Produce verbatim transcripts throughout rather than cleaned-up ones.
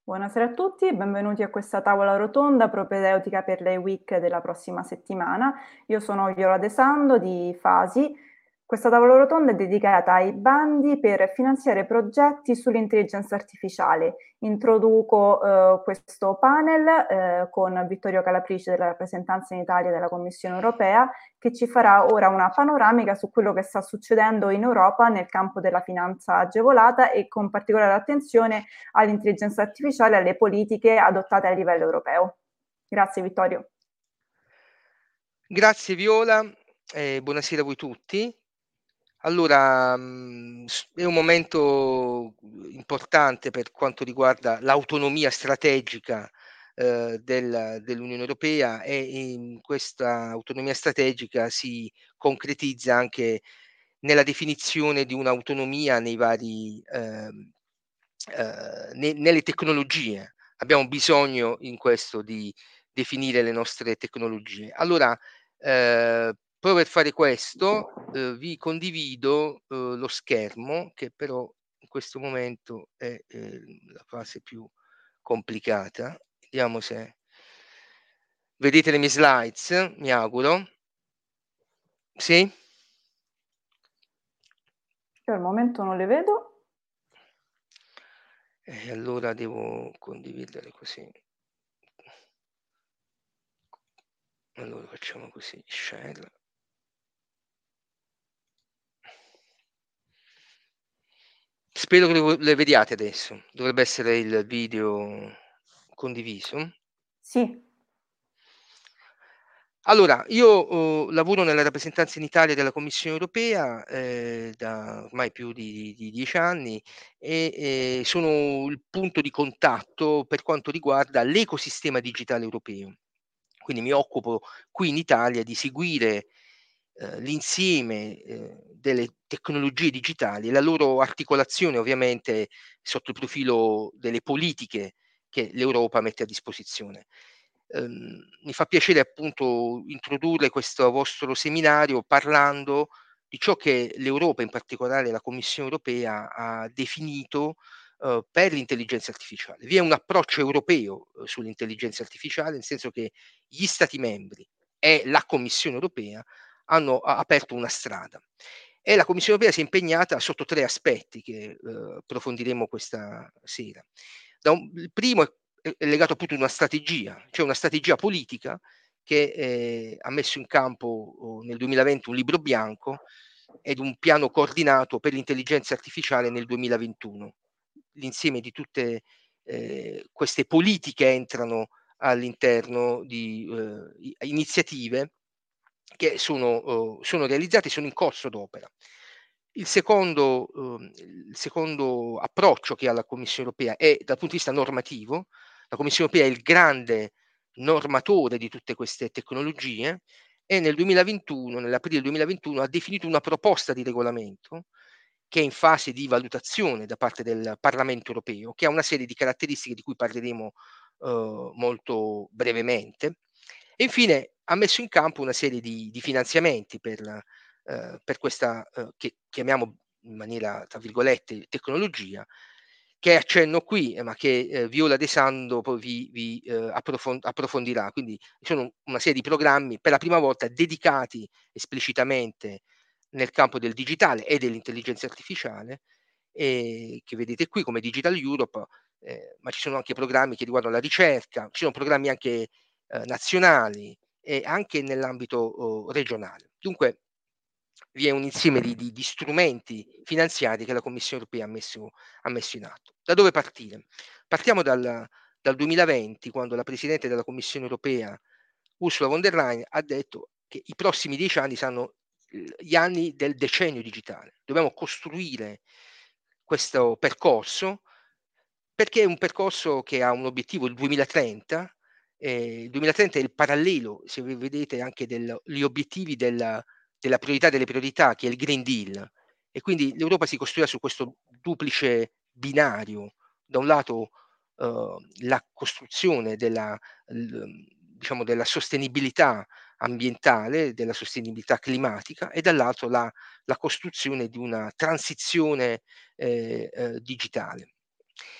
Buonasera a tutti e benvenuti a questa tavola rotonda propedeutica per le week della prossima settimana. Io sono Viola De Sando di Fasi. Questa tavola rotonda è dedicata ai bandi per finanziare progetti sull'intelligenza artificiale. Introduco eh, questo panel eh, con Vittorio Calaprice della rappresentanza in Italia della Commissione europea, che ci farà ora una panoramica su quello che sta succedendo in Europa nel campo della finanza agevolata e con particolare attenzione all'intelligenza artificiale e alle politiche adottate a livello europeo. Grazie Vittorio. Grazie Viola, e buonasera a voi tutti. Allora, mh, s- è un momento importante per quanto riguarda l'autonomia strategica eh, del- dell'Unione Europea, e in questa autonomia strategica si concretizza anche nella definizione di un'autonomia nei vari, ehm, eh, ne- nelle tecnologie. Abbiamo bisogno in questo di definire le nostre tecnologie. Allora, eh, proprio per fare questo, eh, vi condivido eh, lo schermo, che però in questo momento è eh, la fase più complicata. Vediamo se vedete le mie slides, mi auguro. Sì? Io al momento non le vedo. E allora devo condividere così. Allora facciamo così, share. Spero che le le vediate adesso. Dovrebbe essere il video condiviso. Sì, Allora, io, uhm, lavoro nella rappresentanza in Italia della Commissione Europea, ehm, da ormai più di di dieci anni, e, ehm, sono il punto di contatto per quanto riguarda l'ecosistema digitale europeo. Quindi mi occupo qui in Italia di seguire, ehm, l'insieme, ehm, delle tecnologie digitali e la loro articolazione ovviamente sotto il profilo delle politiche che l'Europa mette a disposizione. Ehm, mi fa piacere appunto introdurre questo vostro seminario parlando di ciò che l'Europa, in particolare la Commissione europea, ha definito eh, per l'intelligenza artificiale. Vi è un approccio europeo eh, sull'intelligenza artificiale, nel senso che gli Stati membri e la Commissione europea hanno a- aperto una strada. E la Commissione europea si è impegnata sotto tre aspetti che eh, approfondiremo questa sera. Da un- il primo è è è legato appunto ad una strategia, cioè una strategia politica che, ehm, ha messo in campo, uhm, nel duemilaventi un libro bianco ed un piano coordinato per l'intelligenza artificiale nel duemilaventuno. L'insieme di tutte, ehm, queste politiche entrano all'interno di, uhm, i iniziative che sono uhm, sono realizzate, sono in corso d'opera. Il secondo uhm, il secondo approccio che ha la Commissione europea è dal punto di vista normativo. La Commissione europea è il grande normatore di tutte queste tecnologie, e nel duemilaventuno, nell'aprile duemilaventuno, ha definito una proposta di regolamento che è in fase di valutazione da parte del Parlamento europeo, che ha una serie di caratteristiche di cui parleremo uhm, molto brevemente. E infine ha messo in campo una serie di di finanziamenti per ehm, per questa, ehm, che chiamiamo in maniera, tra virgolette, "tecnologia", che accenno qui, ehm, ma che, ehm, Viola De Sando poi vi vi, ehm, approfon approfondirà. Quindi ci sono una serie di programmi per la prima volta dedicati esplicitamente nel campo del digitale e dell'intelligenza artificiale, ehm, che vedete qui come Digital Europe, ehm, ma ci sono anche programmi che riguardano la ricerca, ci sono programmi anche, ehm, nazionali e anche nell'ambito, uhm, regionale. Dunque vi è un insieme di di di strumenti finanziari che la Commissione europea ha messo ha messo in atto. Da dove partire? Partiamo dal dal duemilaventi, quando la Presidente della Commissione europea, Ursula von der Leyen, ha detto che i prossimi dieci anni saranno l gli anni del decennio digitale. Dobbiamo costruire questo percorso, perché è un percorso che ha un obiettivo, il duemilatrenta. Ehm, il duemilatrenta è il parallelo, se ve vedete, anche del gli obiettivi del della priorità delle priorità, che è il Green Deal. E quindi l'Europa si costruiva su questo duplice binario: da un lato, uhm, la costruzione della l diciamo della sostenibilità ambientale, della sostenibilità climatica, e dall'altro la la costruzione di una transizione, ehm, ehm, digitale.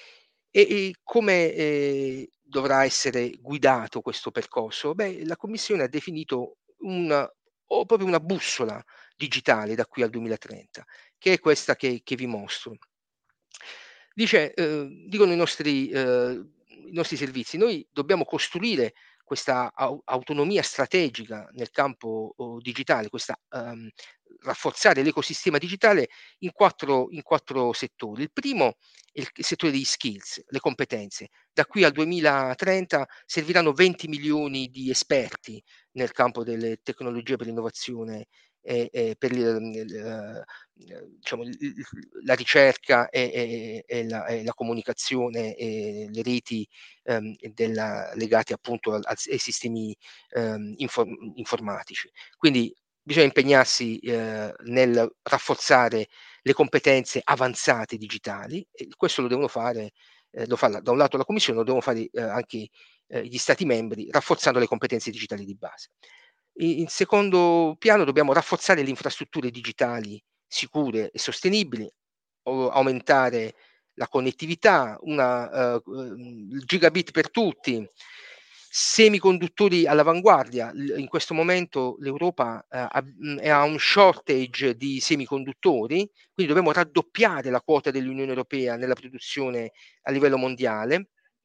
E e come, ehm, dovrà essere guidato questo percorso? Beh, la Commissione ha definito un o proprio una bussola digitale da qui al duemilatrenta, che è questa che che vi mostro. Dice uhm, dicono i nostri uhm, i nostri servizi: "Noi dobbiamo costruire questa au autonomia strategica nel campo, uhm, digitale, questa uhm, rafforzare l'ecosistema digitale in quattro in quattro settori. Il primo è il il settore degli skills, le competenze. Da qui al duemilatrenta serviranno venti milioni di esperti nel campo delle tecnologie per l'innovazione e e per il mhmm, il ehm, diciamo il il la ricerca e e e la e la comunicazione e le reti, ehm, della legate appunto al al s ai sistemi, ehm, inform informatici. Quindi bisogna impegnarsi, ehm, nel rafforzare le competenze avanzate digitali e questo lo devono fare ehm, lo fa la da un lato la Commissione, lo devono fare, ehm, anche, ehm, gli stati membri rafforzando le competenze digitali di base. I in secondo piano dobbiamo rafforzare le infrastrutture digitali sicure e sostenibili, o aumentare la connettività, una uhm, uhm, il gigabit per tutti, semiconduttori all'avanguardia. L in questo momento l'Europa, ehm, ha mhmm, è a un shortage di semiconduttori, quindi dobbiamo raddoppiare la quota dell'Unione Europea nella produzione a livello mondiale.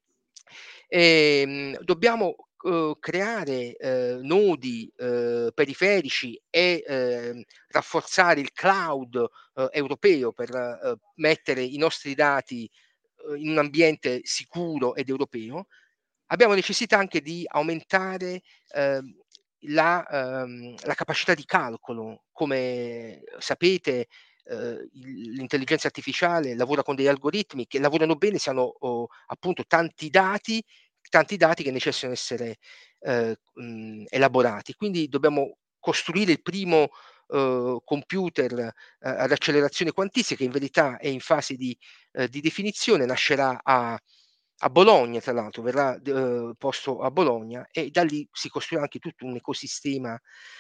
Ehm, dobbiamo, uhm, creare, ehm, nodi, uhm, periferici e, ehm, rafforzare il cloud, uhm, europeo per, uhm, mettere i nostri dati, uhm, in un ambiente sicuro ed europeo. Abbiamo necessità anche di aumentare, ehm, la uhm, la capacità di calcolo. Come sapete, uhm, il l'intelligenza artificiale lavora con degli algoritmi che lavorano bene se hanno, o appunto tanti dati tanti dati che necessitano essere, ehm, mhmm, elaborati. Quindi dobbiamo costruire il primo, uhm, computer, uhm, ad accelerazione quantistica, in verità è in fase di ehm, di definizione, nascerà a a Bologna tra l'altro, verrà d uhm, posto a Bologna e da lì si costruirà anche tutto un ecosistema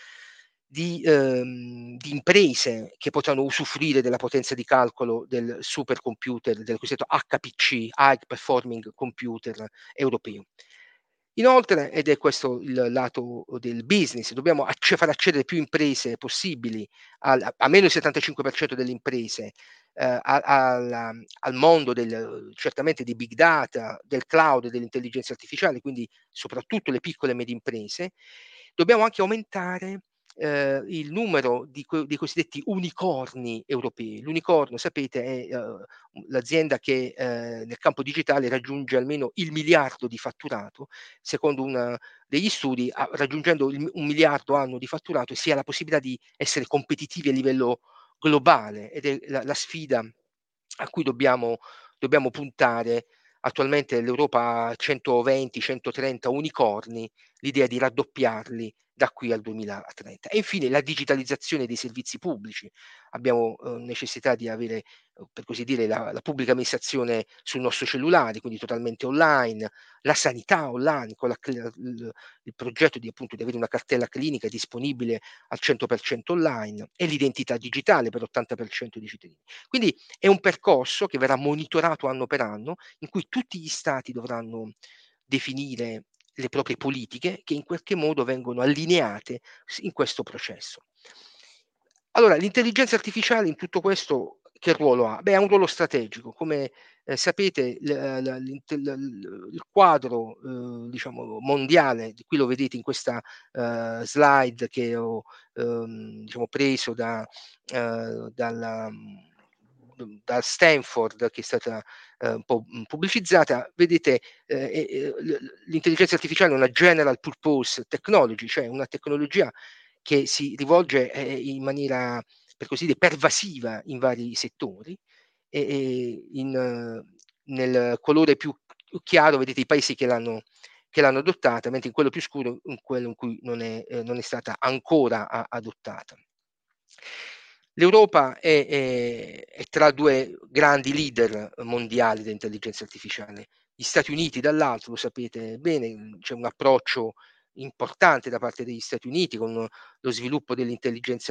di uhm, di imprese che potranno usufruire della potenza di calcolo del supercomputer, del cosiddetto H P C, High Performing Computer europeo. Inoltre, ed è questo il lato del business, dobbiamo acce far accedere più imprese possibili al almeno il settantacinque per cento delle imprese, ehm, a al al mondo del certamente dei big data, del cloud e dell'intelligenza artificiale, quindi soprattutto le piccole e medie imprese. Dobbiamo anche aumentare, ehm, il numero di co dei cosiddetti unicorni europei. L'unicorno sapete è, uhm, l'azienda che, ehm, nel campo digitale raggiunge almeno il miliardo di fatturato, secondo un degli studi, a raggiungendo il un miliardo annuo di fatturato si ha la possibilità di essere competitivi a livello globale ed è la la sfida a cui dobbiamo dobbiamo puntare. Attualmente l'Europa ha centoventi, centotrenta unicorni, l'idea è di raddoppiarli da qui al duemilatrenta. E infine la digitalizzazione dei servizi pubblici. Abbiamo, uhm, necessità di avere, uhm, per così dire, la la pubblica amministrazione sul nostro cellulare, quindi totalmente online, la sanità online con la cl il il progetto di appunto di avere una cartella clinica disponibile al cento per cento online e l'identità digitale per l'ottanta per cento dei cittadini. Quindi è un percorso che verrà monitorato anno per anno, in cui tutti gli stati dovranno definire le proprie politiche che in qualche modo vengono allineate s in questo processo. Allora, l'intelligenza artificiale in tutto questo che ruolo ha? Beh, ha un ruolo strategico. Come, ehm, sapete l la l'inte l l il quadro, uhm, diciamo mondiale, di qui lo vedete in questa, uhm, slide che ho, uhm, diciamo preso da uhm, dalla mhmm, da Stanford che è stata, ehm, un po', mhmm, pubblicizzata. Vedete, ehm, e e l l l'intelligenza artificiale è una general purpose technology, cioè una tecnologia che si rivolge, ehm, in maniera, per così dire, pervasiva in vari settori e e in nel colore più più chiaro vedete i paesi che l'hanno che l'hanno adottata, mentre in quello più scuro in quello in cui non è ehm, non è stata ancora a adottata. L'Europa è è è tra due grandi leader mondiali dell'intelligenza artificiale. Gli Stati Uniti dall'altro, lo sapete bene, mhmm, c'è un approccio importante da parte degli Stati Uniti con lo sviluppo dell'intelligenza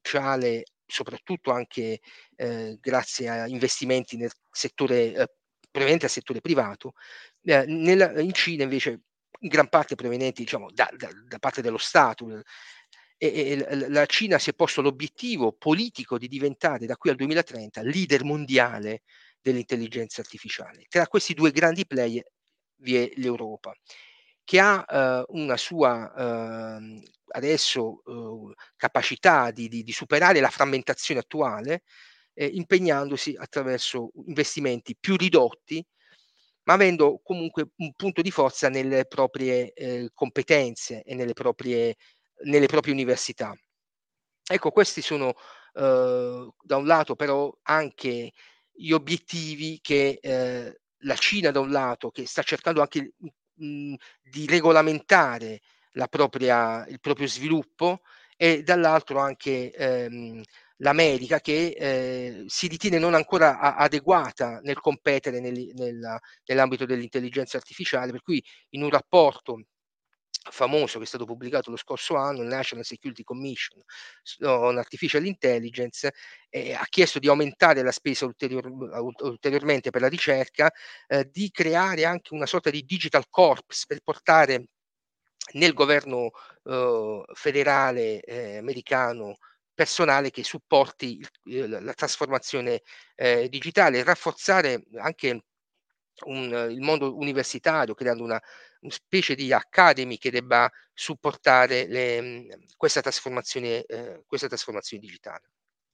artificiale, soprattutto anche, ehm, grazie a investimenti nel settore, ehm, provenienti dal settore privato, eh, nella, in Cina invece in gran parte provenienti, diciamo, da, da, da parte dello Stato. E, e la Cina si è posto l'obiettivo politico di diventare da qui al duemilatrenta leader mondiale dell'intelligenza artificiale. Tra questi due grandi player vi è l'Europa, che ha eh, una sua eh, adesso eh, capacità di, di, di superare la frammentazione attuale, eh, impegnandosi attraverso investimenti più ridotti, ma avendo comunque un punto di forza nelle proprie eh, competenze e nelle proprie, nelle proprie università. Ecco, questi sono eh, da un lato però anche gli obiettivi che eh, la Cina da un lato, che sta cercando anche mh, di regolamentare la propria, il proprio sviluppo, e dall'altro anche ehm, l'America che eh, si ritiene non ancora a- adeguata nel competere nel- nella- nell'ambito dell'intelligenza artificiale, per cui in un rapporto famoso che è stato pubblicato lo scorso anno, il National Security Commission on Artificial Intelligence, eh, ha chiesto di aumentare la spesa ulterior, ulteriormente per la ricerca, eh, di creare anche una sorta di digital corps per portare nel governo eh, federale eh, americano personale che supporti il- la la trasformazione eh, digitale e rafforzare anche un il mondo universitario, creando una una specie di academy che debba supportare le mhmm, questa trasformazione ehm, questa trasformazione digitale.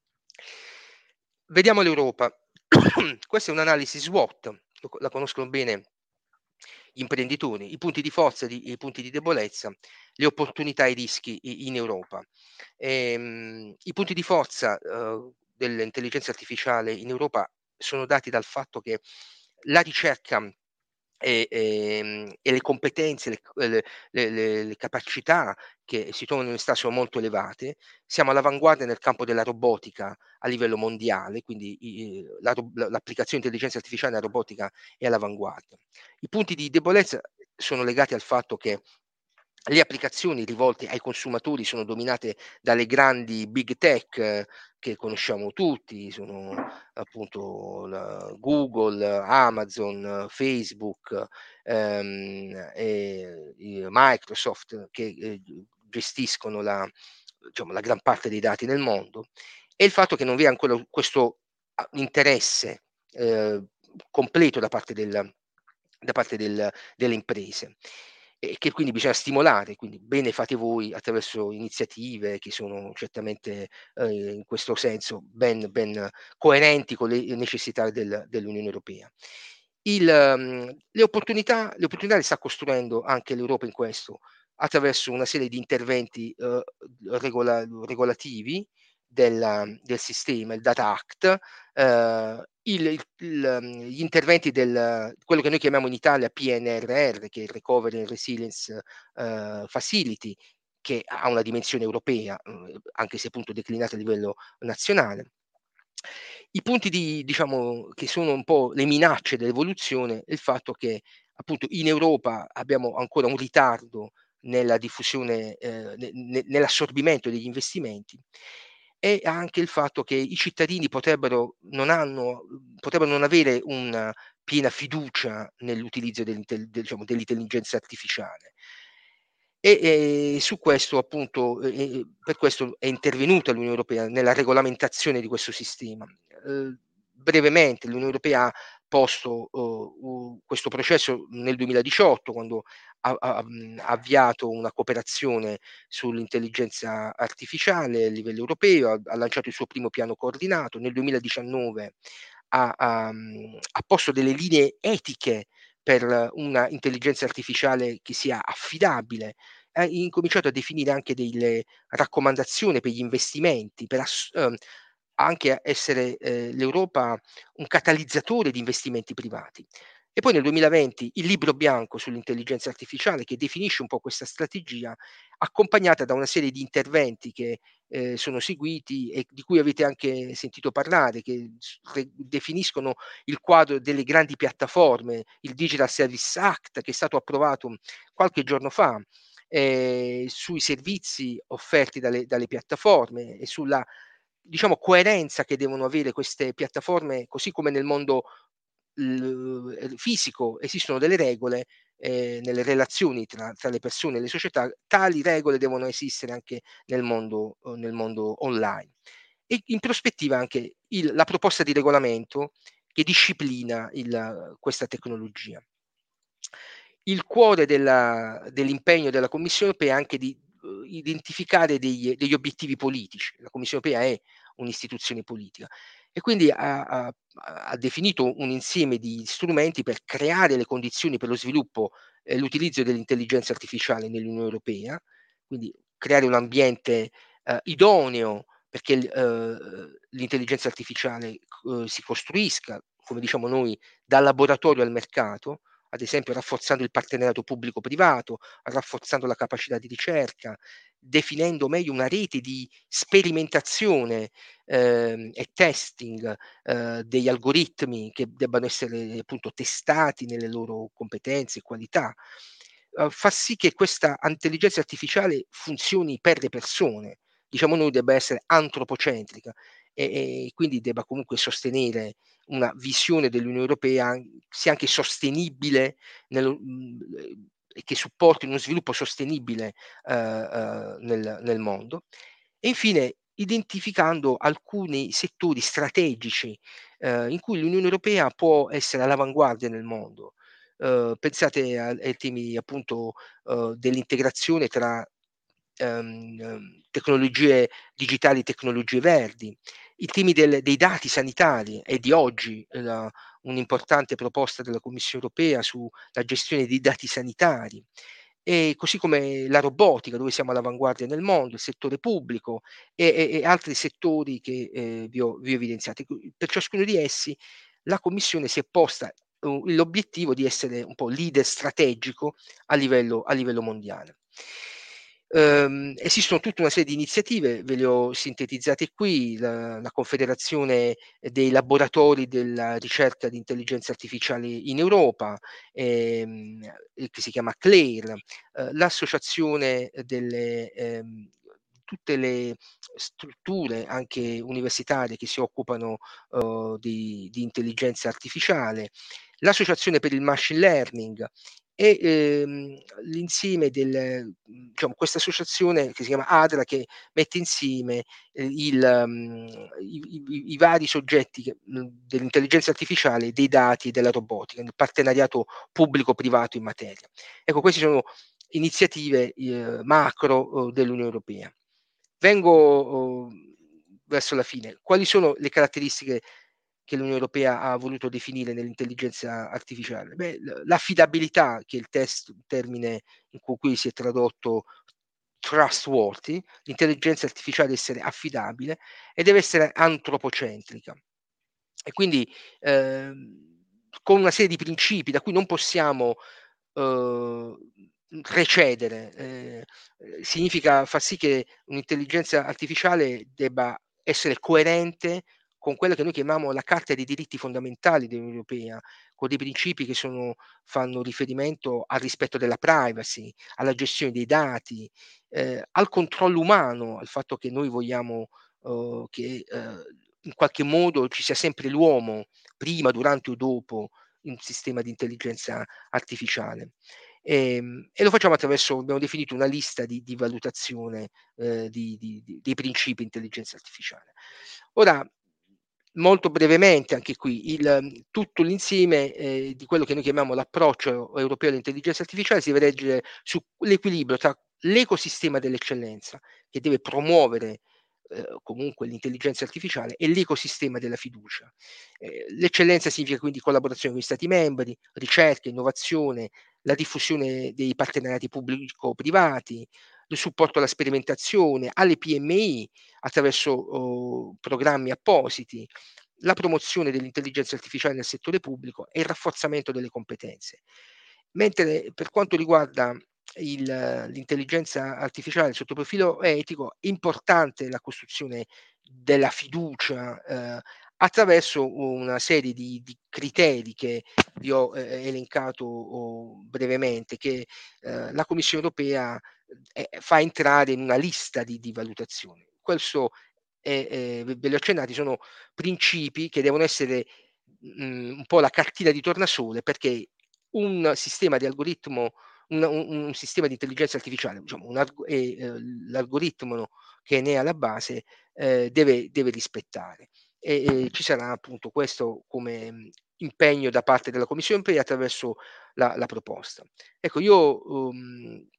Vediamo l'Europa. Questa è un'analisi SWOT, lo co la conoscono bene gli imprenditori, i punti di forza e i i punti di debolezza, le opportunità e i rischi i in Europa. Ehm, i punti di forza, uhm, dell'intelligenza artificiale in Europa sono dati dal fatto che la ricerca e, ehm, e le competenze, le c le le le le capacità che si trovano in sono molto elevate. Siamo all'avanguardia nel campo della robotica a livello mondiale, quindi i i la rob la l'applicazione intelligenza artificiale nella robotica è all'avanguardia. I punti di debolezza sono legati al fatto che le applicazioni rivolte ai consumatori sono dominate dalle grandi big tech eh, che conosciamo tutti, sono appunto la Google, Amazon, Facebook, ehm, e i Microsoft che, ehm, gestiscono la diciamo la gran parte dei dati nel mondo, e il fatto che non vi è ancora questo a interesse, ehm, completo da parte del da parte del delle imprese, e che quindi bisogna stimolare, quindi bene fate voi attraverso iniziative che sono certamente, ehm, in questo senso ben ben coerenti con le necessità del dell'Unione Europea. Il mhmm, le opportunità le opportunità le sta costruendo anche l'Europa in questo, attraverso una serie di interventi, uhm, regola regolativi del del sistema, il Data Act, ehm, il il il mhmm, gli interventi del quello che noi chiamiamo in Italia P N R R, che è il Recovery and Resilience, ehm, Facility, che ha una dimensione europea, uhm, anche se appunto declinata a livello nazionale. I punti di diciamo che sono un po' le minacce dell'evoluzione è il fatto che appunto in Europa abbiamo ancora un ritardo nella diffusione, ehm, ne ne nell'assorbimento degli investimenti, e anche il fatto che i cittadini potrebbero non hanno mhmm, potrebbero non avere una piena fiducia nell'utilizzo dell'intel del diciamo dell'intelligenza artificiale. E, ehm, su questo appunto, e e per questo è intervenuta l'Unione Europea nella regolamentazione di questo sistema. Uhm, brevemente l'Unione Europea ha posto, uhm, u questo processo nel duemiladiciotto, quando ha ha mhmm, ha avviato una cooperazione sull'intelligenza artificiale a livello europeo, ha ha lanciato il suo primo piano coordinato. Nel duemiladiciannove ha ha mhmm, ha posto delle linee etiche per una intelligenza artificiale che sia affidabile, ha incominciato a definire anche delle raccomandazioni per gli investimenti, per ass uhm, anche essere, ehm, l'Europa un catalizzatore di investimenti privati. E poi nel duemilaventi il libro bianco sull'intelligenza artificiale che definisce un po' questa strategia, accompagnata da una serie di interventi che, ehm, sono seguiti e di cui avete anche sentito parlare, che s re definiscono il quadro delle grandi piattaforme, il Digital Service Act che è stato approvato qualche giorno fa, ehm, sui servizi offerti dalle dalle piattaforme e sulla, diciamo, coerenza che devono avere queste piattaforme, così come nel mondo l fisico esistono delle regole, ehm, nelle relazioni tra tra le persone e le società, tali regole devono esistere anche nel mondo uhm, nel mondo online. E in prospettiva anche il la proposta di regolamento che disciplina il questa tecnologia. Il cuore della dell'impegno della Commissione europea è anche di, uhm, identificare degli degli obiettivi politici. La Commissione europea è un'istituzione politica e quindi ha ha ha definito un insieme di strumenti per creare le condizioni per lo sviluppo e l'utilizzo dell'intelligenza artificiale nell'Unione Europea, quindi creare un ambiente, ehm, idoneo perché l uhm, l'intelligenza artificiale c uhm, si costruisca, come diciamo noi, dal laboratorio al mercato, ad esempio rafforzando il partenariato pubblico-privato, rafforzando la capacità di ricerca, definendo meglio una rete di sperimentazione, ehm, e testing, ehm, degli algoritmi che debbano essere appunto testati nelle loro competenze e qualità, uhm, far sì che questa intelligenza artificiale funzioni per le persone. Diciamo noi debba essere antropocentrica e e quindi debba comunque sostenere una visione dell'Unione Europea an sia anche sostenibile nello mhmm, ehm, e che supporti uno sviluppo sostenibile, uhm, uhm, nel nel mondo. E infine identificando alcuni settori strategici, uhm, in cui l'Unione Europea può essere all'avanguardia nel mondo. Uhm, pensate al ai temi appunto, uhm, dell'integrazione tra, ehm, ehm, tecnologie digitali, tecnologie verdi, i temi del dei dati sanitari. È di oggi la un'importante proposta della Commissione europea sulla gestione dei dati sanitari, e così come la robotica, dove siamo all'avanguardia nel mondo, il settore pubblico e e e altri settori che, ehm, vi ho vi ho evidenziati. Q per ciascuno di essi la Commissione si è posta u l'obiettivo di essere un po' leader strategico a livello a livello mondiale. Uhm, esistono tutta una serie di iniziative, ve le ho sintetizzate qui, la la Confederazione dei laboratori della ricerca di intelligenza artificiale in Europa, ehm, e che si chiama CLAIR, uhm, l'associazione delle ehm, tutte le strutture anche universitarie che si occupano, uhm, di di intelligenza artificiale, l'Associazione per il Machine Learning e, ehm, l'insieme del mhmm, diciamo questa associazione che si chiama ADRA che mette insieme, ehm, il mhmm, i i i vari soggetti che mhmm, dell'intelligenza artificiale, dei dati e della robotica, nel partenariato pubblico-privato in materia. Ecco, questi sono iniziative, ehm, macro, uhm, dell'Unione Europea. Vengo, uhm, verso la fine. Quali sono le caratteristiche che l'Unione Europea ha voluto definire nell'intelligenza artificiale? Beh, l l'affidabilità, che è il test termine in cu cui si è tradotto trustworthy, l'intelligenza artificiale deve essere affidabile e deve essere antropocentrica. E quindi, ehm, con una serie di principi da cui non possiamo, uhm, recedere. Ehm, ehm, significa far sì che un'intelligenza artificiale debba essere coerente con quella che noi chiamiamo la Carta dei diritti fondamentali dell'Unione Europea, con dei principi che sono fanno riferimento al rispetto della privacy, alla gestione dei dati, ehm, al controllo umano, al fatto che noi vogliamo, uhm, che, ehm, in qualche modo ci sia sempre l'uomo, prima, durante o dopo un sistema di intelligenza artificiale. Ehm, e lo facciamo attraverso abbiamo definito una lista di di valutazione, ehm, di di di dei principi intelligenza artificiale. Ora, molto brevemente anche qui, il tutto l'insieme, ehm, di quello che noi chiamiamo l'approccio europeo all'intelligenza artificiale si deve reggere su l'equilibrio tra l'ecosistema dell'eccellenza, che deve promuovere, ehm, comunque l'intelligenza artificiale, e l'ecosistema della fiducia. Ehm, l'eccellenza significa quindi collaborazione con gli stati membri, ricerca, innovazione, la diffusione dei partenariati pubblico-privati, il supporto alla sperimentazione, alle P M I attraverso, uhm, programmi appositi, la promozione dell'intelligenza artificiale nel settore pubblico e il rafforzamento delle competenze. Mentre per quanto riguarda il l'intelligenza artificiale sotto profilo etico, importante la costruzione della fiducia, ehm, attraverso una serie di di criteri che vi ho, ehm, elencato, uhm, brevemente, che, ehm, la Commissione europea, e fa entrare in una lista di di valutazioni. Questo è ehm, ve ve li ho accennati, sono principi che devono essere mh, un po' la cartina di tornasole, perché un sistema di algoritmo, un, un, un sistema di intelligenza artificiale, diciamo, un arg- e, eh, l'algoritmo che ne è alla base eh, deve, deve rispettare. E, e ci sarà appunto questo come mh, impegno da parte della Commissione europea attraverso la, la proposta. Ecco, io um,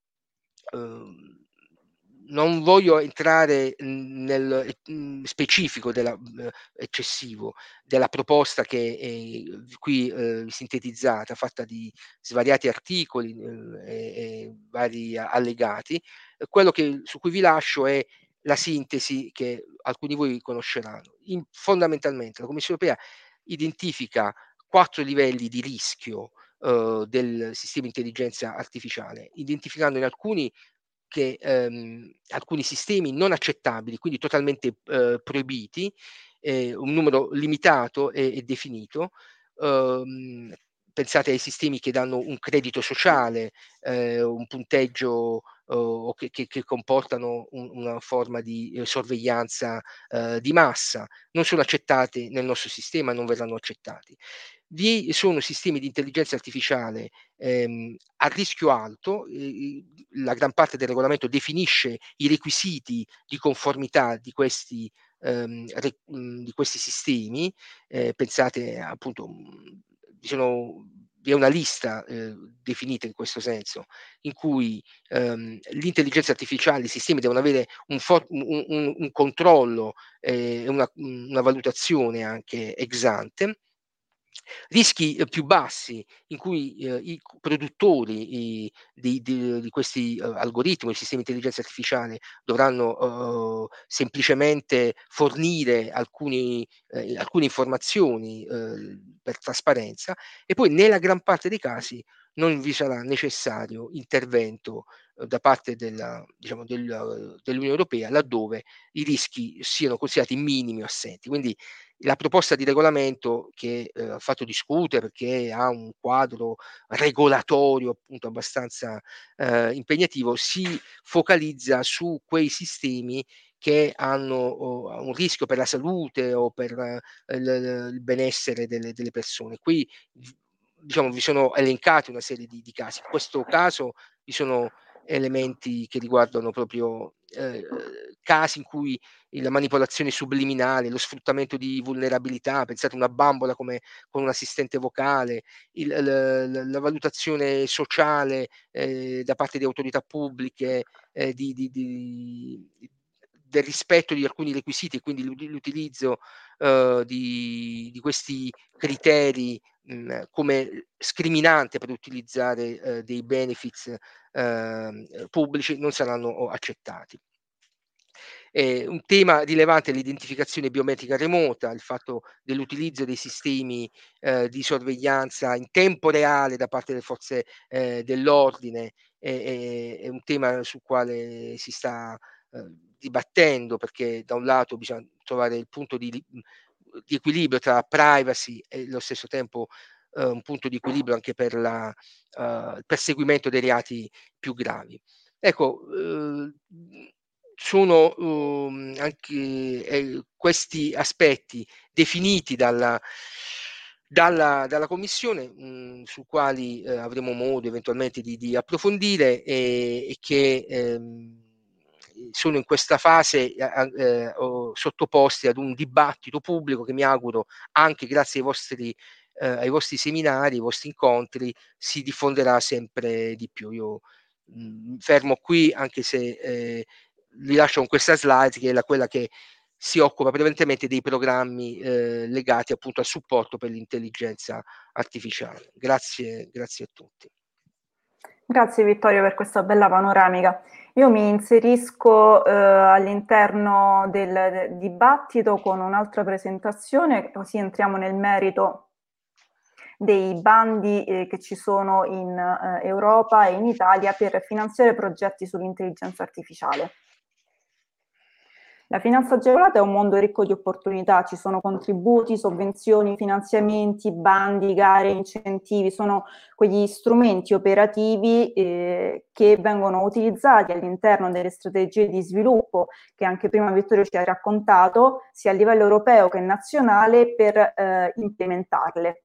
um, non voglio entrare mh, nel mh, specifico della, mh, eccessivo della proposta che è qui eh, sintetizzata, fatta di svariati articoli eh, e, e vari allegati. Quello che, su cui vi lascio è la sintesi che alcuni di voi conosceranno. In, fondamentalmente la Commissione europea identifica quattro livelli di rischio eh, del sistema di intelligenza artificiale, identificando in alcuni che ehm, alcuni sistemi non accettabili, quindi totalmente eh, proibiti, eh, un numero limitato e, e definito. Ehm, pensate ai sistemi che danno un credito sociale, eh, un punteggio eh, o che, che, che comportano un, una forma di eh, sorveglianza eh, di massa, non sono accettati nel nostro sistema, non verranno accettati. Vi sono sistemi di intelligenza artificiale ehm, a rischio alto, eh, la gran parte del regolamento definisce i requisiti di conformità di questi, ehm, re, mh, di questi sistemi, eh, pensate appunto, mh, vi, sono, vi è una lista eh, definita in questo senso, in cui ehm, l'intelligenza artificiale, i sistemi devono avere un, for- un, un, un controllo e eh, una, una valutazione anche ex ante, rischi eh, più bassi in cui eh, i produttori i, di, di, di, questi eh, algoritmi, i sistemi di intelligenza artificiale dovranno eh, semplicemente fornire alcuni, eh, alcune informazioni eh, per trasparenza, e poi nella gran parte dei casi non vi sarà necessario intervento eh, da parte della, diciamo, del, dell'Unione Europea, laddove i rischi siano considerati minimi o assenti. Quindi la proposta di regolamento che eh, ha fatto discutere, perché ha un quadro regolatorio appunto abbastanza eh, impegnativo, si focalizza su quei sistemi che hanno oh, un rischio per la salute o per eh, il, il benessere delle, delle persone. Qui diciamo vi sono elencati una serie di, di casi. In questo caso vi sono elementi che riguardano proprio eh, casi in cui la manipolazione subliminale, lo sfruttamento di vulnerabilità, pensate a una bambola come con un assistente vocale, il, la, la, la valutazione sociale eh, da parte di autorità pubbliche eh, di, di, di, del rispetto di alcuni requisiti, quindi l'utilizzo eh, di, di questi criteri mh, come scriminante per utilizzare eh, dei benefits eh, pubblici non saranno accettati. Eh, un tema rilevante è l'identificazione biometrica remota, il fatto dell'utilizzo dei sistemi eh, di sorveglianza in tempo reale da parte delle forze eh, dell'ordine, è, è, è un tema sul quale si sta eh, dibattendo, perché da un lato bisogna trovare il punto di, di equilibrio tra privacy e allo stesso tempo eh, un punto di equilibrio anche per la, uh, il perseguimento dei reati più gravi. Ecco, eh, sono um, anche eh, questi aspetti definiti dalla, dalla, dalla Commissione, mh, su quali eh, avremo modo eventualmente di, di approfondire e, e che ehm, sono in questa fase eh, eh, sottoposti ad un dibattito pubblico che mi auguro, anche grazie ai vostri, eh, ai vostri seminari, ai vostri incontri, si diffonderà sempre di più. Io mh, fermo qui, anche se eh, vi lascio con questa slide, che è la, quella che si occupa prevalentemente dei programmi eh, legati appunto al supporto per l'intelligenza artificiale. Grazie, grazie a tutti. Grazie Vittorio per questa bella panoramica. Io mi inserisco eh, all'interno del, del dibattito con un'altra presentazione, così entriamo nel merito dei bandi eh, che ci sono in eh, Europa e in Italia per finanziare progetti sull'intelligenza artificiale. La finanza agevolata è un mondo ricco di opportunità, ci sono contributi, sovvenzioni, finanziamenti, bandi, gare, incentivi, sono quegli strumenti operativi eh, che vengono utilizzati all'interno delle strategie di sviluppo che anche prima Vittorio ci ha raccontato, sia a livello europeo che nazionale, per eh, implementarle.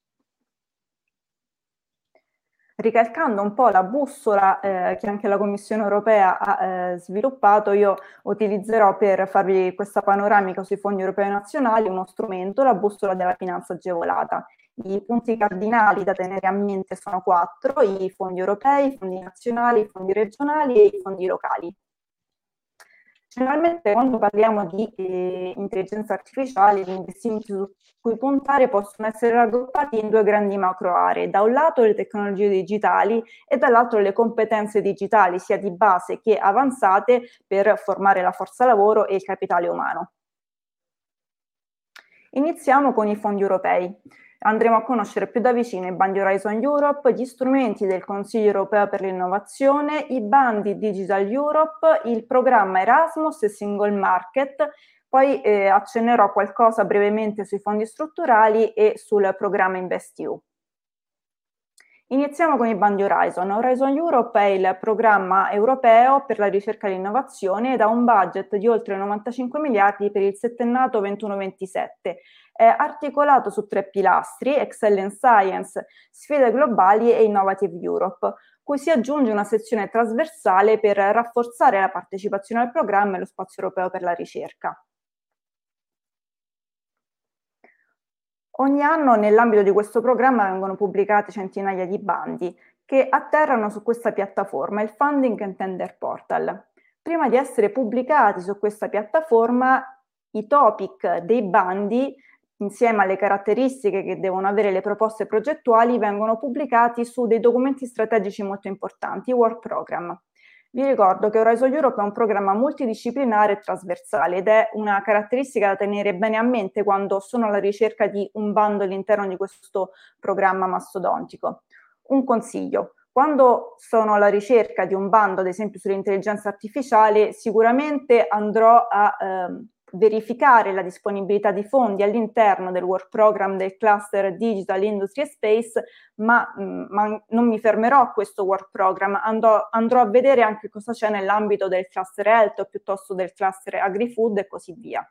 Ricalcando un po' la bussola eh, che anche la Commissione europea ha eh, sviluppato, io utilizzerò per farvi questa panoramica sui fondi europei nazionali uno strumento, la bussola della finanza agevolata. I punti cardinali da tenere a mente sono quattro: i fondi europei, i fondi nazionali, i fondi regionali e i fondi locali. Generalmente quando parliamo di eh, intelligenza artificiale, gli investimenti su cui puntare possono essere raggruppati in due grandi macro aree: da un lato le tecnologie digitali e dall'altro le competenze digitali, sia di base che avanzate, per formare la forza lavoro e il capitale umano. Iniziamo con i fondi europei. Andremo a conoscere più da vicino i bandi Horizon Europe, gli strumenti del Consiglio europeo per l'innovazione, i bandi Digital Europe, il programma Erasmus e Single Market. Poi eh, accennerò qualcosa brevemente sui fondi strutturali e sul programma InvestEU. Iniziamo con i bandi Horizon. Horizon Europe è il programma europeo per la ricerca e l'innovazione ed ha un budget di oltre novantacinque miliardi per il settennato ventuno ventisette. È articolato su tre pilastri: Excellence Science, Sfide globali e Innovative Europe, cui si aggiunge una sezione trasversale per rafforzare la partecipazione al programma e lo spazio europeo per la ricerca. Ogni anno nell'ambito di questo programma vengono pubblicati centinaia di bandi che atterrano su questa piattaforma, il Funding and Tender Portal. Prima di essere pubblicati su questa piattaforma, i topic dei bandi, insieme alle caratteristiche che devono avere le proposte progettuali, vengono pubblicati su dei documenti strategici molto importanti, i Work Program. Vi ricordo che Horizon Europe è un programma multidisciplinare e trasversale ed è una caratteristica da tenere bene a mente quando sono alla ricerca di un bando all'interno di questo programma mastodontico. Un consiglio: quando sono alla ricerca di un bando, ad esempio sull'intelligenza artificiale, sicuramente andrò a eh, verificare la disponibilità di fondi all'interno del work program del cluster Digital Industry e Space, ma, mh, ma non mi fermerò a questo work program, andrò, andrò a vedere anche cosa c'è nell'ambito del cluster Health o piuttosto del cluster Agri-Food e così via.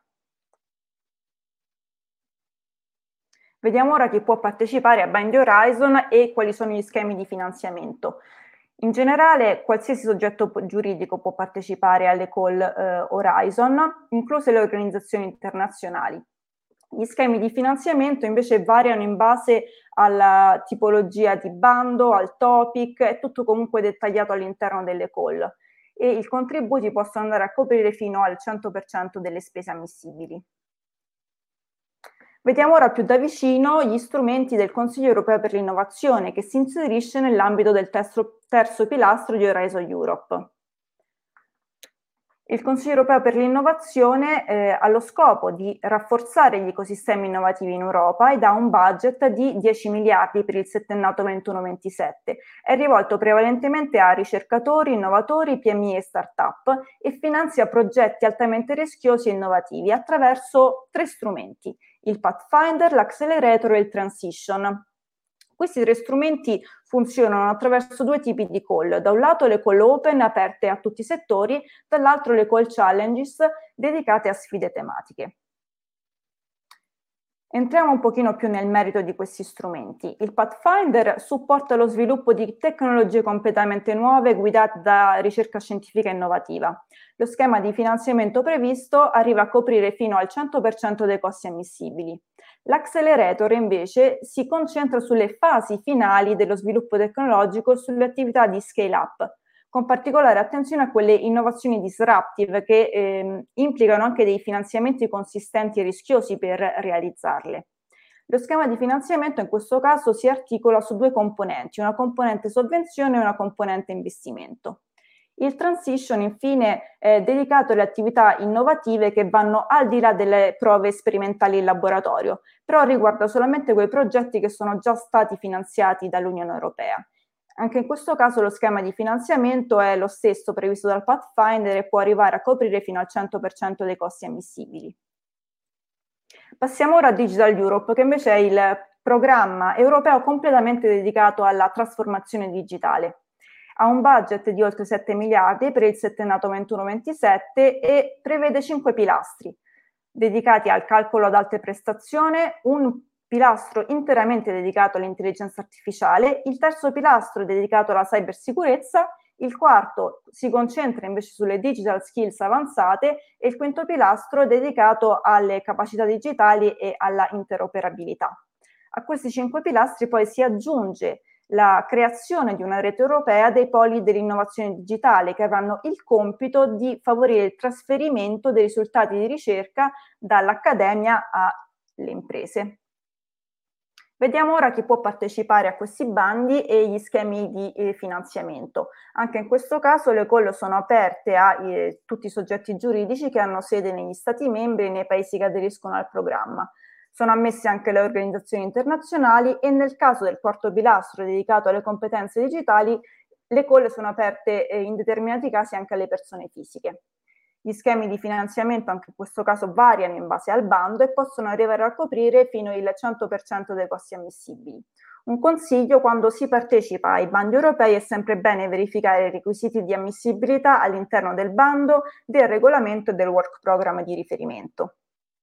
Vediamo ora chi può partecipare a Bandi Horizon e quali sono gli schemi di finanziamento. In generale, qualsiasi soggetto giuridico può partecipare alle call eh, Horizon, incluse le organizzazioni internazionali. Gli schemi di finanziamento invece variano in base alla tipologia di bando, al topic, è tutto comunque dettagliato all'interno delle call e i contributi possono andare a coprire fino al cento per cento delle spese ammissibili. Vediamo ora più da vicino gli strumenti del Consiglio europeo per l'innovazione, che si inserisce nell'ambito del terzo, terzo pilastro di Horizon Europe. Il Consiglio europeo per l'innovazione eh, ha lo scopo di rafforzare gli ecosistemi innovativi in Europa ed ha un budget di dieci miliardi per il settennato ventuno ventisette. È rivolto prevalentemente a ricercatori, innovatori, P M I e start-up e finanzia progetti altamente rischiosi e innovativi attraverso tre strumenti: il Pathfinder, l'Accelerator e il Transition. Questi tre strumenti funzionano attraverso due tipi di call: da un lato le call open aperte a tutti i settori, dall'altro le call challenges dedicate a sfide tematiche. Entriamo un pochino più nel merito di questi strumenti. Il Pathfinder supporta lo sviluppo di tecnologie completamente nuove guidate da ricerca scientifica innovativa. Lo schema di finanziamento previsto arriva a coprire fino al cento per cento dei costi ammissibili. L'Accelerator invece si concentra sulle fasi finali dello sviluppo tecnologico e sulle attività di scale-up, con particolare attenzione a quelle innovazioni disruptive che eh, implicano anche dei finanziamenti consistenti e rischiosi per realizzarle. Lo schema di finanziamento in questo caso si articola su due componenti, una componente sovvenzione e una componente investimento. Il Transition infine è dedicato alle attività innovative che vanno al di là delle prove sperimentali in laboratorio, però riguarda solamente quei progetti che sono già stati finanziati dall'Unione Europea. Anche in questo caso lo schema di finanziamento è lo stesso previsto dal Pathfinder e può arrivare a coprire fino al cento per cento dei costi ammissibili. Passiamo ora a Digital Europe, che invece è il programma europeo completamente dedicato alla trasformazione digitale. Ha un budget di oltre sette miliardi per il settennato ventuno ventisette e prevede cinque pilastri dedicati al calcolo ad alte prestazioni, un pilastro interamente dedicato all'intelligenza artificiale, il terzo pilastro dedicato alla cybersicurezza, il quarto si concentra invece sulle digital skills avanzate e il quinto pilastro dedicato alle capacità digitali e alla interoperabilità. A questi cinque pilastri poi si aggiunge la creazione di una rete europea dei poli dell'innovazione digitale che avranno il compito di favorire il trasferimento dei risultati di ricerca dall'accademia alle imprese. Vediamo ora chi può partecipare a questi bandi e gli schemi di eh, finanziamento. Anche in questo caso le call sono aperte a eh, tutti i soggetti giuridici che hanno sede negli Stati membri e nei paesi che aderiscono al programma. Sono ammesse anche le organizzazioni internazionali e nel caso del quarto pilastro dedicato alle competenze digitali, le call sono aperte eh, in determinati casi anche alle persone fisiche. Gli schemi di finanziamento anche in questo caso variano in base al bando e possono arrivare a coprire fino al cento per cento dei costi ammissibili. Un consiglio: quando si partecipa ai bandi europei è sempre bene verificare i requisiti di ammissibilità all'interno del bando, del regolamento e del work program di riferimento.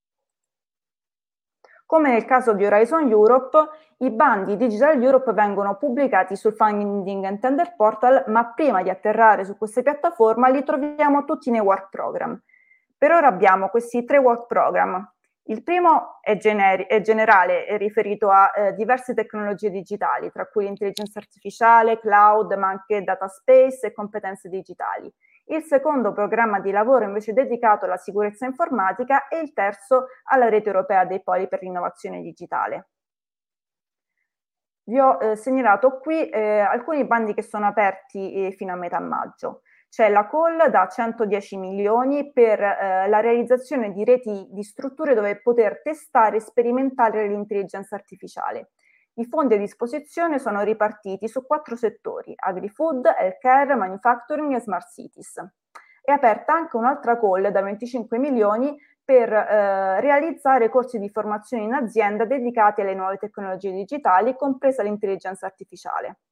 Come nel caso di Horizon Europe, i bandi Digital Europe vengono pubblicati sul Funding and Tender Portal, ma prima di atterrare su queste piattaforme li troviamo tutti nei work program. Per ora abbiamo questi tre work program. Il primo è, gener- è generale, è riferito a eh, diverse tecnologie digitali, tra cui l'intelligenza artificiale, cloud, ma anche data space e competenze digitali. Il secondo programma di lavoro invece è dedicato alla sicurezza informatica e il terzo alla rete europea dei poli per l'innovazione digitale. Vi ho eh, segnalato qui eh, alcuni bandi che sono aperti eh, fino a metà maggio. C'è la call da centodieci milioni per eh, la realizzazione di reti di strutture dove poter testare e sperimentare l'intelligenza artificiale. I fondi a disposizione sono ripartiti su quattro settori: agri-food, healthcare, manufacturing e smart cities. È aperta anche un'altra call da venticinque milioni per eh, realizzare corsi di formazione in azienda dedicati alle nuove tecnologie digitali, compresa l'intelligenza artificiale.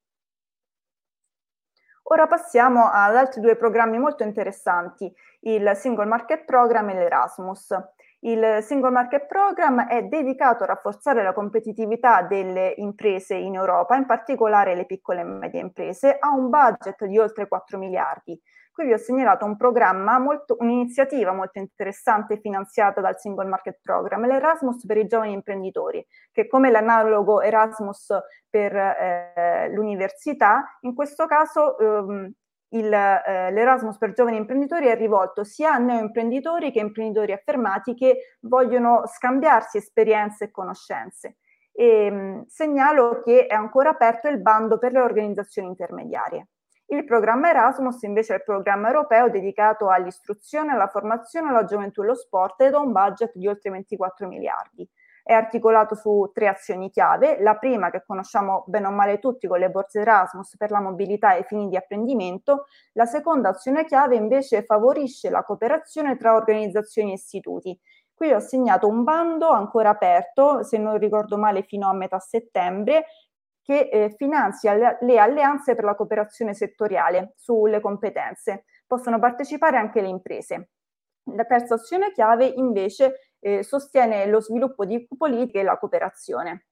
Ora passiamo ad altri due programmi molto interessanti, il Single Market Program e l'Erasmus. Il Single Market Program è dedicato a rafforzare la competitività delle imprese in Europa, in particolare le piccole e medie imprese, ha un budget di oltre quattro miliardi. Qui vi ho segnalato un programma, molto, un'iniziativa molto interessante finanziata dal Single Market Program, l'Erasmus per i giovani imprenditori, che come l'analogo Erasmus per eh, l'università, in questo caso ehm, il, eh, l'Erasmus per giovani imprenditori è rivolto sia a neoimprenditori che imprenditori affermati che vogliono scambiarsi esperienze e conoscenze. E, mh, segnalo che è ancora aperto il bando per le organizzazioni intermediarie. Il programma Erasmus invece è il programma europeo dedicato all'istruzione, alla formazione, alla gioventù e allo sport ed ha un budget di oltre ventiquattro miliardi. È articolato su tre azioni chiave: la prima, che conosciamo bene o male tutti, con le borse Erasmus per la mobilità e fini di apprendimento; la seconda azione chiave invece favorisce la cooperazione tra organizzazioni e istituti. Qui ho segnato un bando ancora aperto, se non ricordo male fino a metà settembre, che eh, finanzia le, le alleanze per la cooperazione settoriale sulle competenze. Possono partecipare anche le imprese. La terza azione chiave invece eh, sostiene lo sviluppo di politiche e la cooperazione.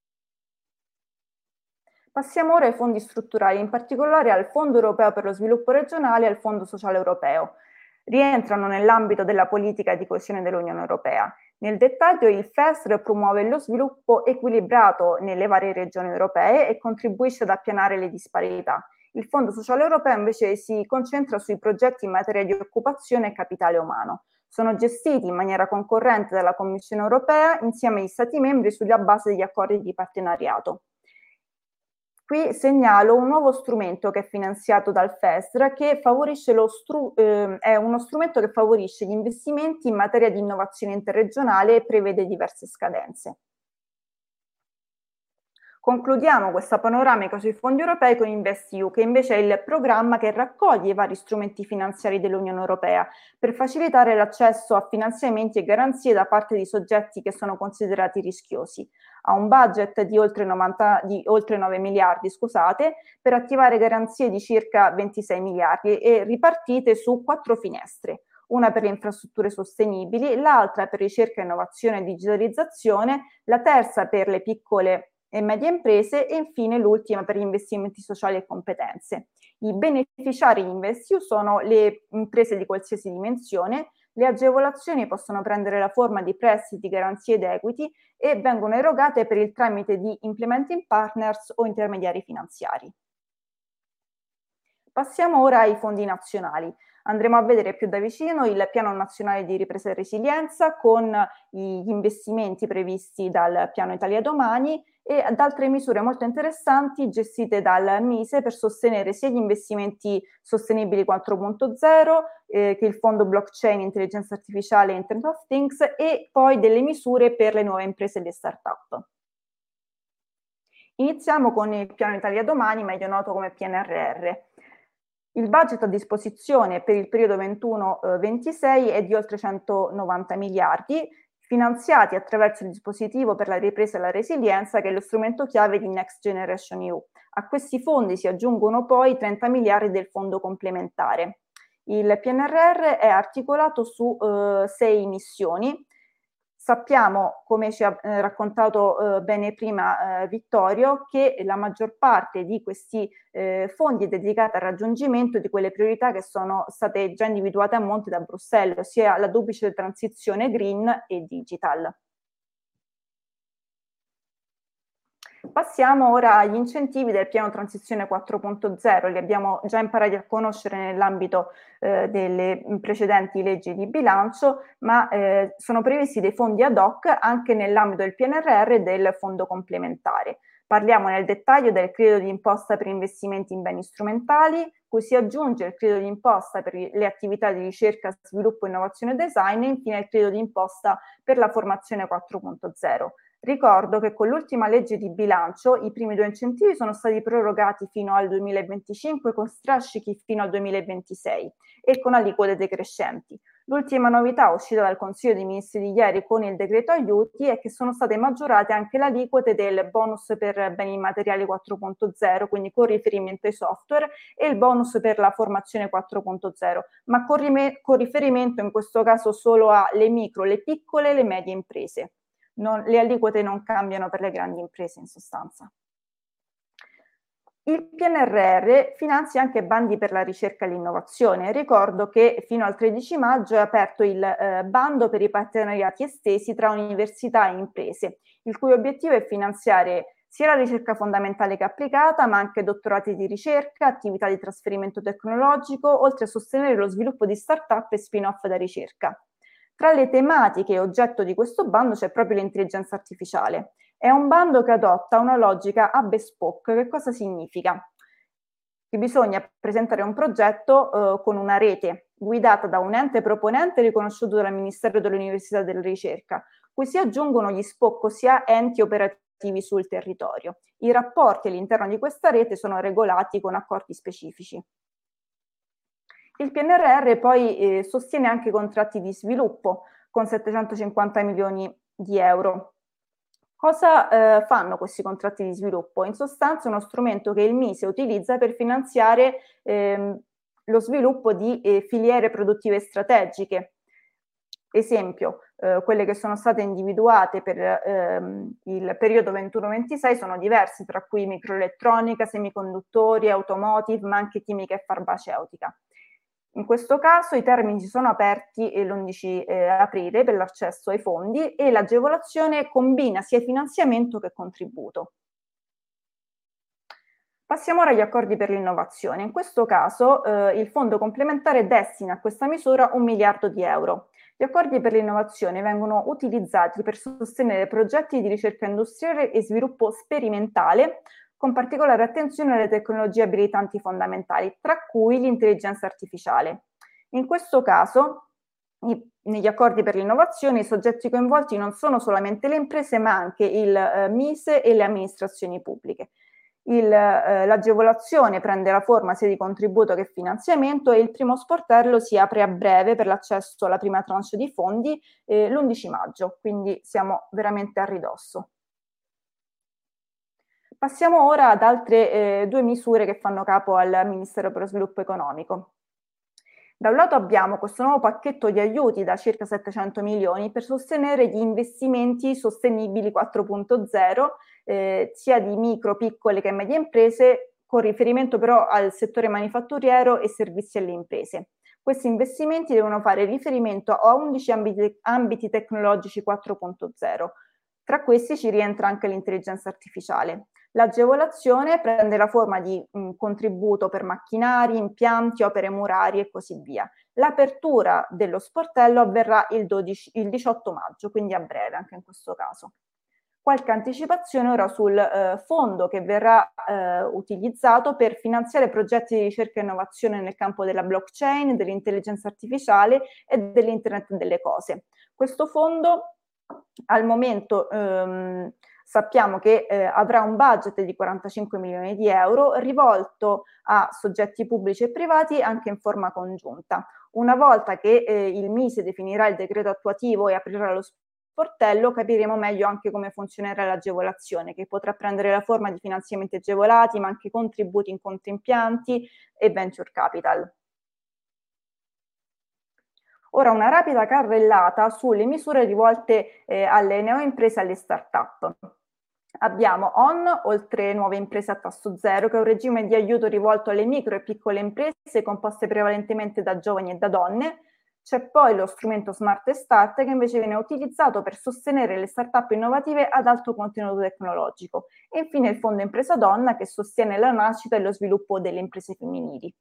Passiamo ora ai fondi strutturali, in particolare al Fondo Europeo per lo Sviluppo Regionale e al Fondo Sociale Europeo. Rientrano nell'ambito della politica di coesione dell'Unione Europea. Nel dettaglio, il FESR promuove lo sviluppo equilibrato nelle varie regioni europee e contribuisce ad appianare le disparità. Il Fondo Sociale Europeo invece si concentra sui progetti in materia di occupazione e capitale umano. Sono gestiti in maniera concorrente dalla Commissione Europea insieme agli Stati membri sulla base degli accordi di partenariato. Qui segnalo un nuovo strumento che è finanziato dal FESR, che favorisce lo stru- eh, è uno strumento che favorisce gli investimenti in materia di innovazione interregionale e prevede diverse scadenze. Concludiamo questa panoramica sui fondi europei con InvestEU, che invece è il programma che raccoglie i vari strumenti finanziari dell'Unione Europea per facilitare l'accesso a finanziamenti e garanzie da parte di soggetti che sono considerati rischiosi. Ha un budget di oltre, novanta, di oltre nove miliardi, scusate, per attivare garanzie di circa ventisei miliardi e ripartite su quattro finestre. Una per le infrastrutture sostenibili, l'altra per ricerca, innovazione e digitalizzazione, la terza per le piccole e medie imprese e infine l'ultima per gli investimenti sociali e competenze. I beneficiari di InvestEU sono le imprese di qualsiasi dimensione. Le agevolazioni possono prendere la forma di prestiti, garanzie ed equity e vengono erogate per il tramite di implementing partners o intermediari finanziari. Passiamo ora ai fondi nazionali. Andremo a vedere più da vicino il Piano Nazionale di Ripresa e Resilienza con gli investimenti previsti dal Piano Italia Domani e ad altre misure molto interessanti gestite dal MISE per sostenere sia gli investimenti sostenibili quattro punto zero eh, che il fondo blockchain, intelligenza artificiale e Internet of Things e poi delle misure per le nuove imprese e le start-up. Iniziamo con il Piano Italia Domani, meglio noto come P N R R. Il budget a disposizione per il periodo ventuno ventisei è di oltre centonovanta miliardi, finanziati attraverso il dispositivo per la ripresa e la resilienza, che è lo strumento chiave di Next Generation E U. A questi fondi si aggiungono poi trenta miliardi del fondo complementare. Il P N R R è articolato su eh, sei missioni. Sappiamo, come ci ha eh, raccontato eh, bene prima eh, Vittorio, che la maggior parte di questi eh, fondi è dedicata al raggiungimento di quelle priorità che sono state già individuate a monte da Bruxelles, ossia la duplice transizione green e digital. Passiamo ora agli incentivi del piano transizione quattro punto zero, li abbiamo già imparati a conoscere nell'ambito eh, delle precedenti leggi di bilancio, ma eh, sono previsti dei fondi ad hoc anche nell'ambito del P N R R e del fondo complementare. Parliamo nel dettaglio del credito d'imposta per investimenti in beni strumentali, cui si aggiunge il credito d'imposta per le attività di ricerca, sviluppo, innovazione e design e infine il credito d'imposta per la formazione quattro punto zero. Ricordo che con l'ultima legge di bilancio i primi due incentivi sono stati prorogati fino al duemilaventicinque con strascichi fino al duemilaventisei e con aliquote decrescenti. L'ultima novità uscita dal Consiglio dei Ministri di ieri con il decreto aiuti è che sono state maggiorate anche le aliquote del bonus per beni immateriali quattro punto zero, quindi con riferimento ai software, e il bonus per la formazione quattro punto zero, ma con, con riferimento in questo caso solo alle micro, le piccole e le medie imprese. Non, le aliquote non cambiano per le grandi imprese in sostanza. Il P N R R finanzia anche bandi per la ricerca e l'innovazione. Ricordo che fino al tredici maggio è aperto il eh, bando per i partenariati estesi tra università e imprese, il cui obiettivo è finanziare sia la ricerca fondamentale che applicata, ma anche dottorati di ricerca, attività di trasferimento tecnologico, oltre a sostenere lo sviluppo di start-up e spin-off da ricerca. Tra le tematiche oggetto di questo bando c'è proprio l'intelligenza artificiale. È un bando che adotta una logica a bespoke. Che cosa significa? Che bisogna presentare un progetto eh, con una rete guidata da un ente proponente riconosciuto dal Ministero dell'Università e della Ricerca, cui si aggiungono gli S P O C, ossia enti operativi sul territorio. I rapporti all'interno di questa rete sono regolati con accordi specifici. Il P N R R poi eh, sostiene anche contratti di sviluppo con settecentocinquanta milioni di euro. Cosa eh, fanno questi contratti di sviluppo? In sostanza è uno strumento che il MISE utilizza per finanziare ehm, lo sviluppo di eh, filiere produttive strategiche. Esempio, eh, quelle che sono state individuate per ehm, il periodo ventuno ventisei sono diverse, tra cui microelettronica, semiconduttori, automotive, ma anche chimica e farmaceutica. In questo caso i termini si sono aperti l'undici eh, aprile per l'accesso ai fondi e l'agevolazione combina sia finanziamento che contributo. Passiamo ora agli accordi per l'innovazione. In questo caso eh, il fondo complementare destina a questa misura un miliardo di euro. Gli accordi per l'innovazione vengono utilizzati per sostenere progetti di ricerca industriale e sviluppo sperimentale, con particolare attenzione alle tecnologie abilitanti fondamentali, tra cui l'intelligenza artificiale. In questo caso i negli accordi per l'innovazione i soggetti coinvolti non sono solamente le imprese, ma anche il eh, MISE e le amministrazioni pubbliche. Il, eh, l'agevolazione prende la forma sia di contributo che finanziamento e il primo sportello si apre a breve per l'accesso alla prima tranche di fondi eh, l'undici maggio, quindi siamo veramente a ridosso. Passiamo ora ad altre eh, due misure che fanno capo al Ministero per lo Sviluppo Economico. Da un lato abbiamo questo nuovo pacchetto di aiuti da circa settecento milioni per sostenere gli investimenti sostenibili quattro punto zero, eh, sia di micro, piccole che medie imprese, con riferimento però al settore manifatturiero e servizi alle imprese. Questi investimenti devono fare riferimento a undici ambiti, ambiti tecnologici quattro punto zero. Tra questi ci rientra anche l'intelligenza artificiale. L'agevolazione prende la forma di un contributo per macchinari, impianti, opere murarie e così via. L'apertura dello sportello avverrà il, dodici, il diciotto maggio, quindi a breve anche in questo caso. Qualche anticipazione ora sul eh, fondo che verrà eh, utilizzato per finanziare progetti di ricerca e innovazione nel campo della blockchain, dell'intelligenza artificiale e dell'internet delle cose. Questo fondo al momento ehm, sappiamo che eh, avrà un budget di quarantacinque milioni di euro rivolto a soggetti pubblici e privati anche in forma congiunta. Una volta che eh, il MISE definirà il decreto attuativo e aprirà lo sportello, capiremo meglio anche come funzionerà l'agevolazione, che potrà prendere la forma di finanziamenti agevolati, ma anche contributi in conto impianti e venture capital. Ora una rapida carrellata sulle misure rivolte eh, alle neoimprese e alle start-up. Abbiamo O N, oltre nuove imprese a tasso zero, che è un regime di aiuto rivolto alle micro e piccole imprese composte prevalentemente da giovani e da donne. C'è poi lo strumento Smart Start, che invece viene utilizzato per sostenere le start-up innovative ad alto contenuto tecnologico. E infine il Fondo Impresa Donna, che sostiene la nascita e lo sviluppo delle imprese femminili.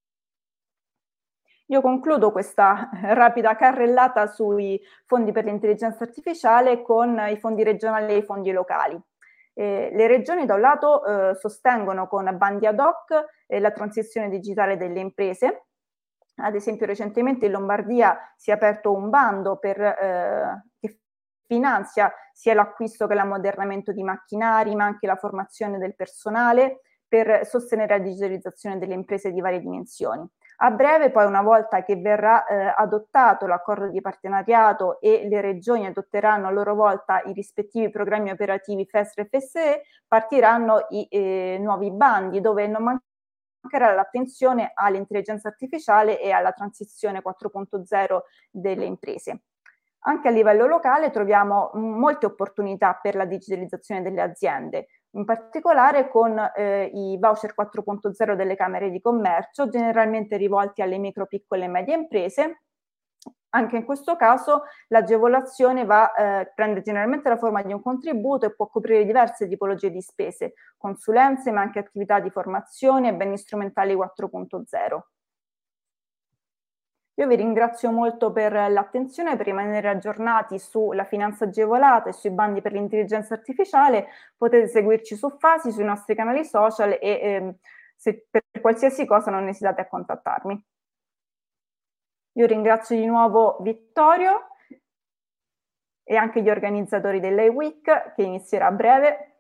Io concludo questa rapida carrellata sui fondi per l'intelligenza artificiale con i fondi regionali e i fondi locali. Eh, le regioni da un lato eh, sostengono con bandi ad hoc eh, la transizione digitale delle imprese. Ad esempio recentemente in Lombardia si è aperto un bando per, eh, che finanzia sia l'acquisto che l'ammodernamento di macchinari, ma anche la formazione del personale per sostenere la digitalizzazione delle imprese di varie dimensioni. A breve, poi, una volta che verrà eh, adottato l'accordo di partenariato e le regioni adotteranno a loro volta i rispettivi programmi operativi F E S R e F S E, partiranno i eh, nuovi bandi dove non mancherà l'attenzione all'intelligenza artificiale e alla transizione quattro punto zero delle imprese. Anche a livello locale troviamo molte opportunità per la digitalizzazione delle aziende, in particolare con eh, i voucher quattro punto zero delle Camere di Commercio, generalmente rivolti alle micro, piccole e medie imprese. Anche in questo caso l'agevolazione va, eh, prende generalmente la forma di un contributo e può coprire diverse tipologie di spese, consulenze, ma anche attività di formazione e beni strumentali quattro punto zero. Io vi ringrazio molto per l'attenzione, per rimanere aggiornati sulla finanza agevolata e sui bandi per l'intelligenza artificiale. Potete seguirci su Fasi, sui nostri canali social e eh, se per qualsiasi cosa non esitate a contattarmi. Io ringrazio di nuovo Vittorio e anche gli organizzatori dell'A I Week che inizierà a breve.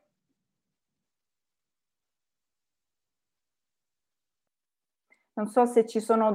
Non so se ci sono